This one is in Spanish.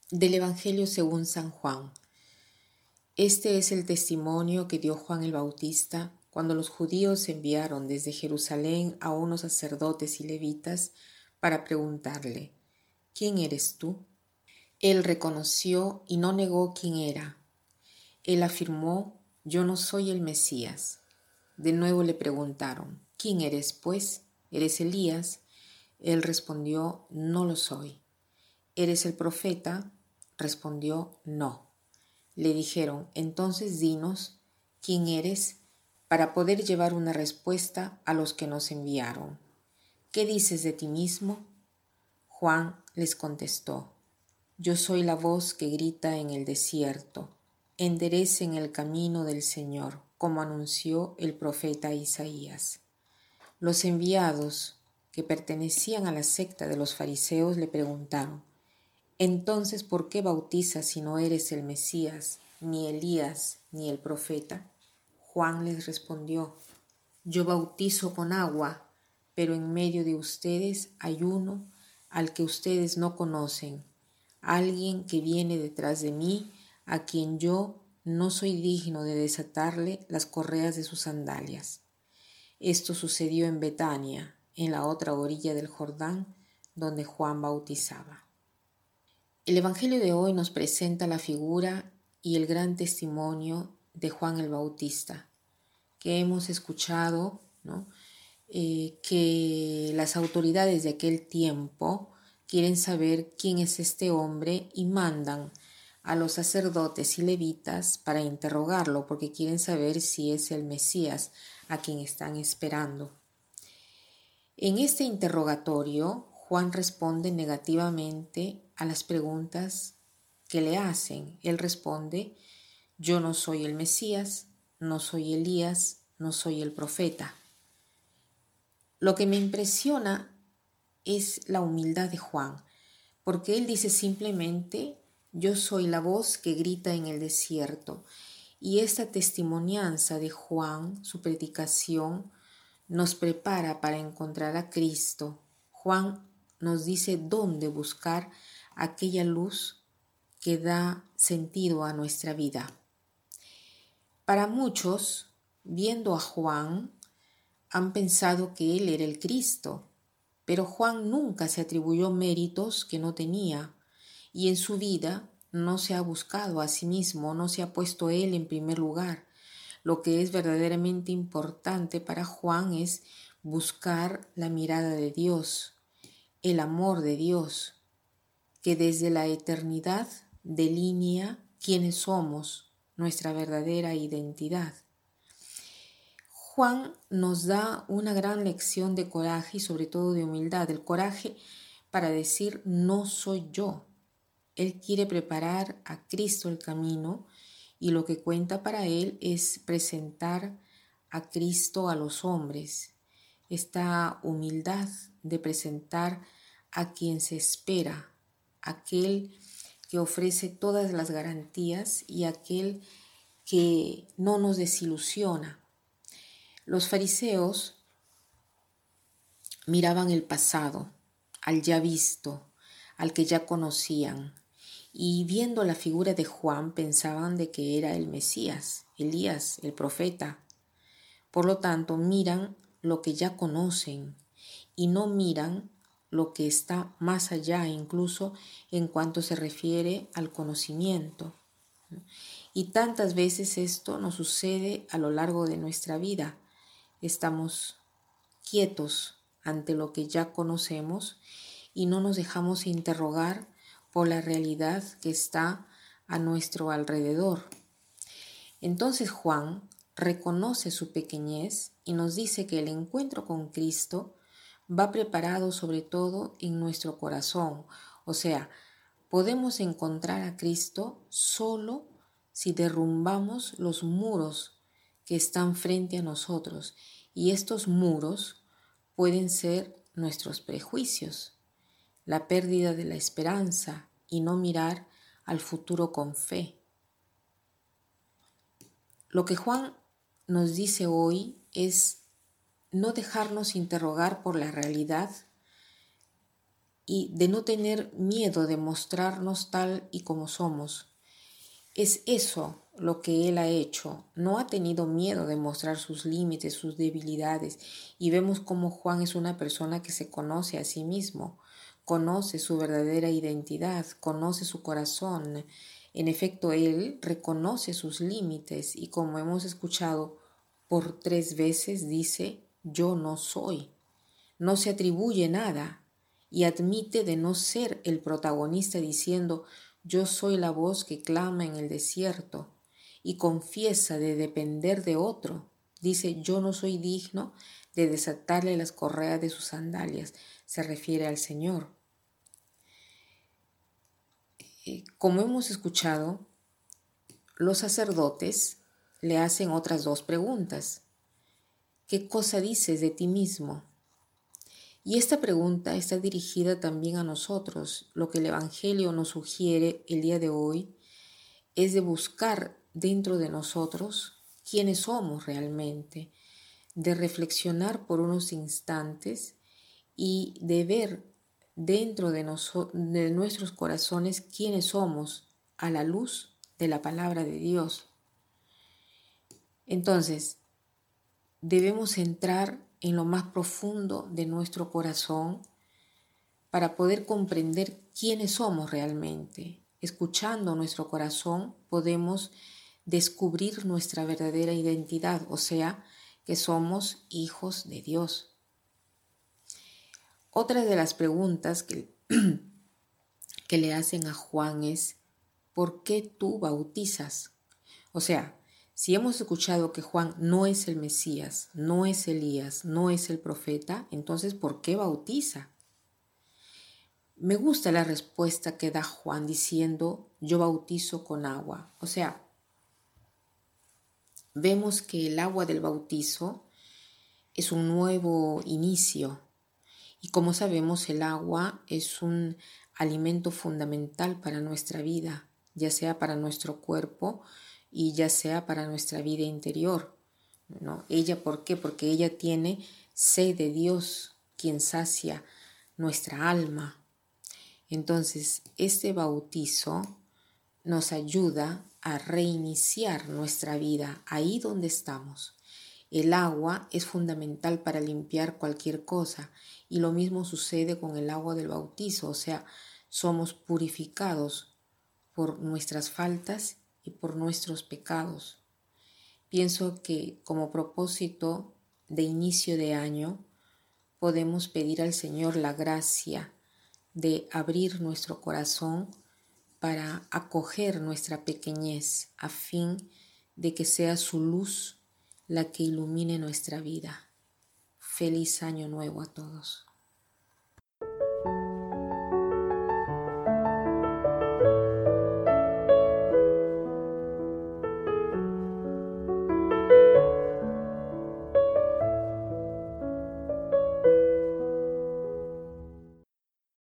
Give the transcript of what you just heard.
Del Evangelio según San Juan. Este es el testimonio que dio Juan el Bautista cuando los judíos enviaron desde Jerusalén a unos sacerdotes y levitas para preguntarle: ¿Quién eres tú? Él reconoció y no negó quién era. Él afirmó: Yo no soy el Mesías. De nuevo le preguntaron: ¿Quién eres, pues? ¿Eres Elías? Él respondió: No lo soy. ¿Eres el profeta? Respondió: No. Le dijeron: Entonces dinos quién eres para poder llevar una respuesta a los que nos enviaron. ¿Qué dices de ti mismo? Juan les contestó: Yo soy la voz que grita en el desierto: enderecen el camino del Señor, como anunció el profeta Isaías. Los enviados, que pertenecían a la secta de los fariseos, le preguntaron: Entonces, ¿por qué bautizas si no eres el Mesías, ni Elías, ni el profeta? Juan les respondió: Yo bautizo con agua, pero en medio de ustedes hay uno al que ustedes no conocen, alguien que viene detrás de mí, a quien yo no soy digno de desatarle las correas de sus sandalias. Esto sucedió en Betania, en la otra orilla del Jordán, donde Juan bautizaba. El Evangelio de hoy nos presenta la figura y el gran testimonio de Juan el Bautista, que hemos escuchado, ¿no? Que las autoridades de aquel tiempo quieren saber quién es este hombre y mandan a los sacerdotes y levitas para interrogarlo, porque quieren saber si es el Mesías a quien están esperando. En este interrogatorio, Juan responde negativamente a las preguntas que le hacen. Él responde: Yo no soy el Mesías, no soy Elías, no soy el profeta. Lo que me impresiona es la humildad de Juan, porque él dice simplemente: Yo soy la voz que grita en el desierto. Y esta testimonianza de Juan, su predicación, nos prepara para encontrar a Cristo. Juan nos dice dónde buscar aquella luz que da sentido a nuestra vida. Para muchos, viendo a Juan, han pensado que él era el Cristo, pero Juan nunca se atribuyó méritos que no tenía, y en su vida no se ha buscado a sí mismo, no se ha puesto él en primer lugar. Lo que es verdaderamente importante para Juan es buscar la mirada de Dios, el amor de Dios, que desde la eternidad delinea quiénes somos, nuestra verdadera identidad. Juan nos da una gran lección de coraje y sobre todo de humildad, el coraje para decir: no soy yo. Él quiere preparar a Cristo el camino y lo que cuenta para él es presentar a Cristo a los hombres. Esta humildad de presentar a quien se espera, aquel que ofrece todas las garantías y aquel que no nos desilusiona. Los fariseos miraban el pasado, al ya visto, al que ya conocían, y viendo la figura de Juan pensaban de que era el Mesías, Elías, el profeta. Por lo tanto, miran lo que ya conocen y no miran lo que está más allá, incluso en cuanto se refiere al conocimiento. Y tantas veces esto nos sucede a lo largo de nuestra vida. Estamos quietos ante lo que ya conocemos y no nos dejamos interrogar por la realidad que está a nuestro alrededor. Entonces Juan reconoce su pequeñez y nos dice que el encuentro con Cristo va preparado sobre todo en nuestro corazón. O sea, podemos encontrar a Cristo solo si derrumbamos los muros que están frente a nosotros. Y estos muros pueden ser nuestros prejuicios, la pérdida de la esperanza y no mirar al futuro con fe. Lo que Juan nos dice hoy es no dejarnos interrogar por la realidad y de no tener miedo de mostrarnos tal y como somos. Es eso lo que Él ha hecho. No ha tenido miedo de mostrar sus límites, sus debilidades. Y vemos cómo Juan es una persona que se conoce a sí mismo, conoce su verdadera identidad, conoce su corazón. En efecto, Él reconoce sus límites y, como hemos escuchado, por 3 veces dice: yo no soy. No se atribuye nada y admite de no ser el protagonista diciendo: yo soy la voz que clama en el desierto, y confiesa de depender de otro. Dice: yo no soy digno de desatarle las correas de sus sandalias. Se refiere al Señor. Como hemos escuchado, los sacerdotes le hacen otras 2 preguntas. ¿Qué cosa dices de ti mismo? Y esta pregunta está dirigida también a nosotros. Lo que el Evangelio nos sugiere el día de hoy es de buscar dentro de nosotros quiénes somos realmente, de reflexionar por unos instantes y de ver dentro de nuestros corazones quiénes somos a la luz de la palabra de Dios. Entonces, debemos entrar en lo más profundo de nuestro corazón para poder comprender quiénes somos realmente. Escuchando nuestro corazón podemos descubrir nuestra verdadera identidad, o sea, que somos hijos de Dios. Otra de las preguntas que le hacen a Juan es: ¿por qué tú bautizas? O sea, si hemos escuchado que Juan no es el Mesías, no es Elías, no es el profeta, entonces ¿por qué bautiza? Me gusta la respuesta que da Juan diciendo: yo bautizo con agua. O sea, vemos que el agua del bautizo es un nuevo inicio. Y como sabemos, el agua es un alimento fundamental para nuestra vida, ya sea para nuestro cuerpo y ya sea para nuestra vida interior, ¿no? Ella, ¿por qué? Porque ella tiene sed de Dios, quien sacia nuestra alma. Entonces, este bautizo nos ayuda a reiniciar nuestra vida ahí donde estamos. El agua es fundamental para limpiar cualquier cosa y lo mismo sucede con el agua del bautizo, o sea, somos purificados por nuestras faltas y por nuestros pecados. Pienso que como propósito de inicio de año podemos pedir al Señor la gracia de abrir nuestro corazón para acoger nuestra pequeñez a fin de que sea su luz la que ilumine nuestra vida. Feliz año nuevo a todos.